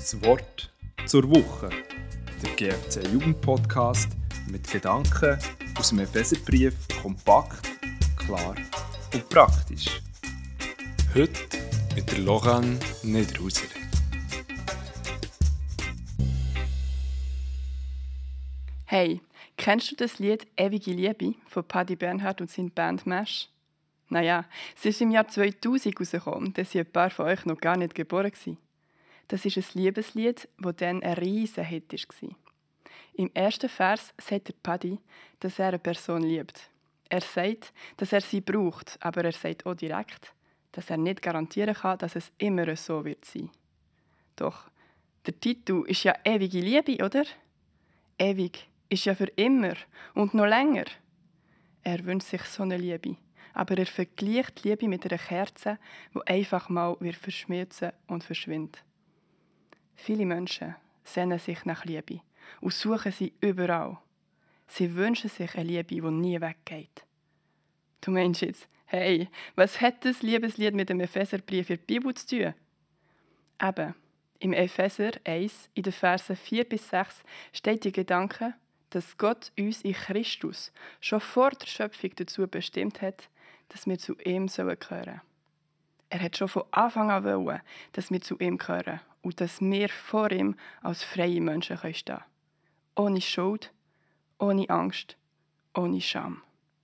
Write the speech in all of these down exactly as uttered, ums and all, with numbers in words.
Das Wort zur Woche. Der G F C-Jugendpodcast mit Gedanken aus dem Epheserbrief kompakt, klar und praktisch. Heute mit der Logan Niederhauser. Hey, kennst du das Lied «Ewige Liebe» von Paddy Bernhard und seiner Band Mesh? Naja, es ist im Jahr zweitausend rausgekommen, da waren ein paar von euch noch gar nicht geboren. Das ist ein Liebeslied, das dann ein riesen Hit war. Im ersten Vers sagt der Paddy, dass er eine Person liebt. Er sagt, dass er sie braucht, aber er sagt auch direkt, dass er nicht garantieren kann, dass es immer so wird sein. Doch, der Titel ist ja «Ewige Liebe», oder? Ewig ist ja für immer und noch länger. Er wünscht sich so eine Liebe, aber er vergleicht die Liebe mit einer Kerze, die einfach mal wird verschmelzen und verschwindet. Viele Menschen sehnen sich nach Liebe und suchen sie überall. Sie wünschen sich eine Liebe, die nie weggeht. Du meinst jetzt, hey, was hat das Liebeslied mit dem Epheserbrief in der Bibel zu tun? Eben, im Epheser eins, in den Versen vier bis sechs, steht der Gedanke, dass Gott uns in Christus schon vor der Schöpfung dazu bestimmt hat, dass wir zu ihm gehören sollen. Er hat schon von Anfang an wollen, dass wir zu ihm gehören und dass wir vor ihm als freie Menschen stehen können. Ohne Schuld, ohne Angst, ohne Scham.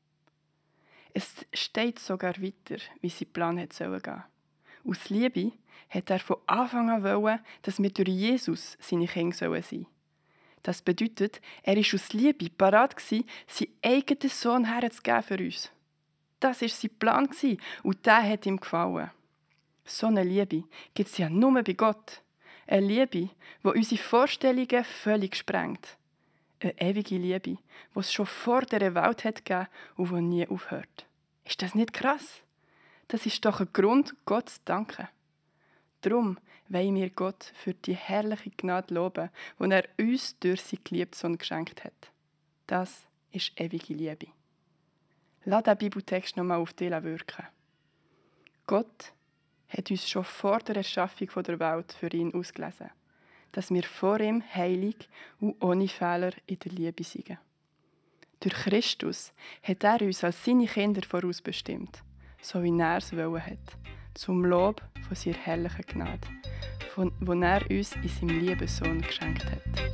Es steht sogar weiter, wie sein Plan hat sollen gehen. Aus Liebe hat er von Anfang an wollen, dass wir durch Jesus seine Kinder sein sollen. Das bedeutet, er war aus Liebe parat, seinen eigenen Sohn herzugeben für uns. Das war sein Plan und der hat ihm gefallen. So eine Liebe gibt es ja nur bei Gott. Eine Liebe, die unsere Vorstellungen völlig sprengt. Eine ewige Liebe, die es schon vor dieser Welt hat gegeben und die nie aufhört. Ist das nicht krass? Das ist doch ein Grund, Gott zu danken. Darum wollen wir Gott für die herrliche Gnade loben, die er uns durch seinen geliebten Sohn geschenkt hat. Das ist ewige Liebe. Lass den Bibeltext nochmal auf dich wirken. Gott hat uns schon vor der Erschaffung der Welt für ihn ausgelesen, dass wir vor ihm heilig und ohne Fehler in der Liebe sind. Durch Christus hat er uns als seine Kinder vorausbestimmt, so wie er es wollen hat, zum Lob von seiner herrlichen Gnade, von, von er uns in seinem lieben Sohn geschenkt hat.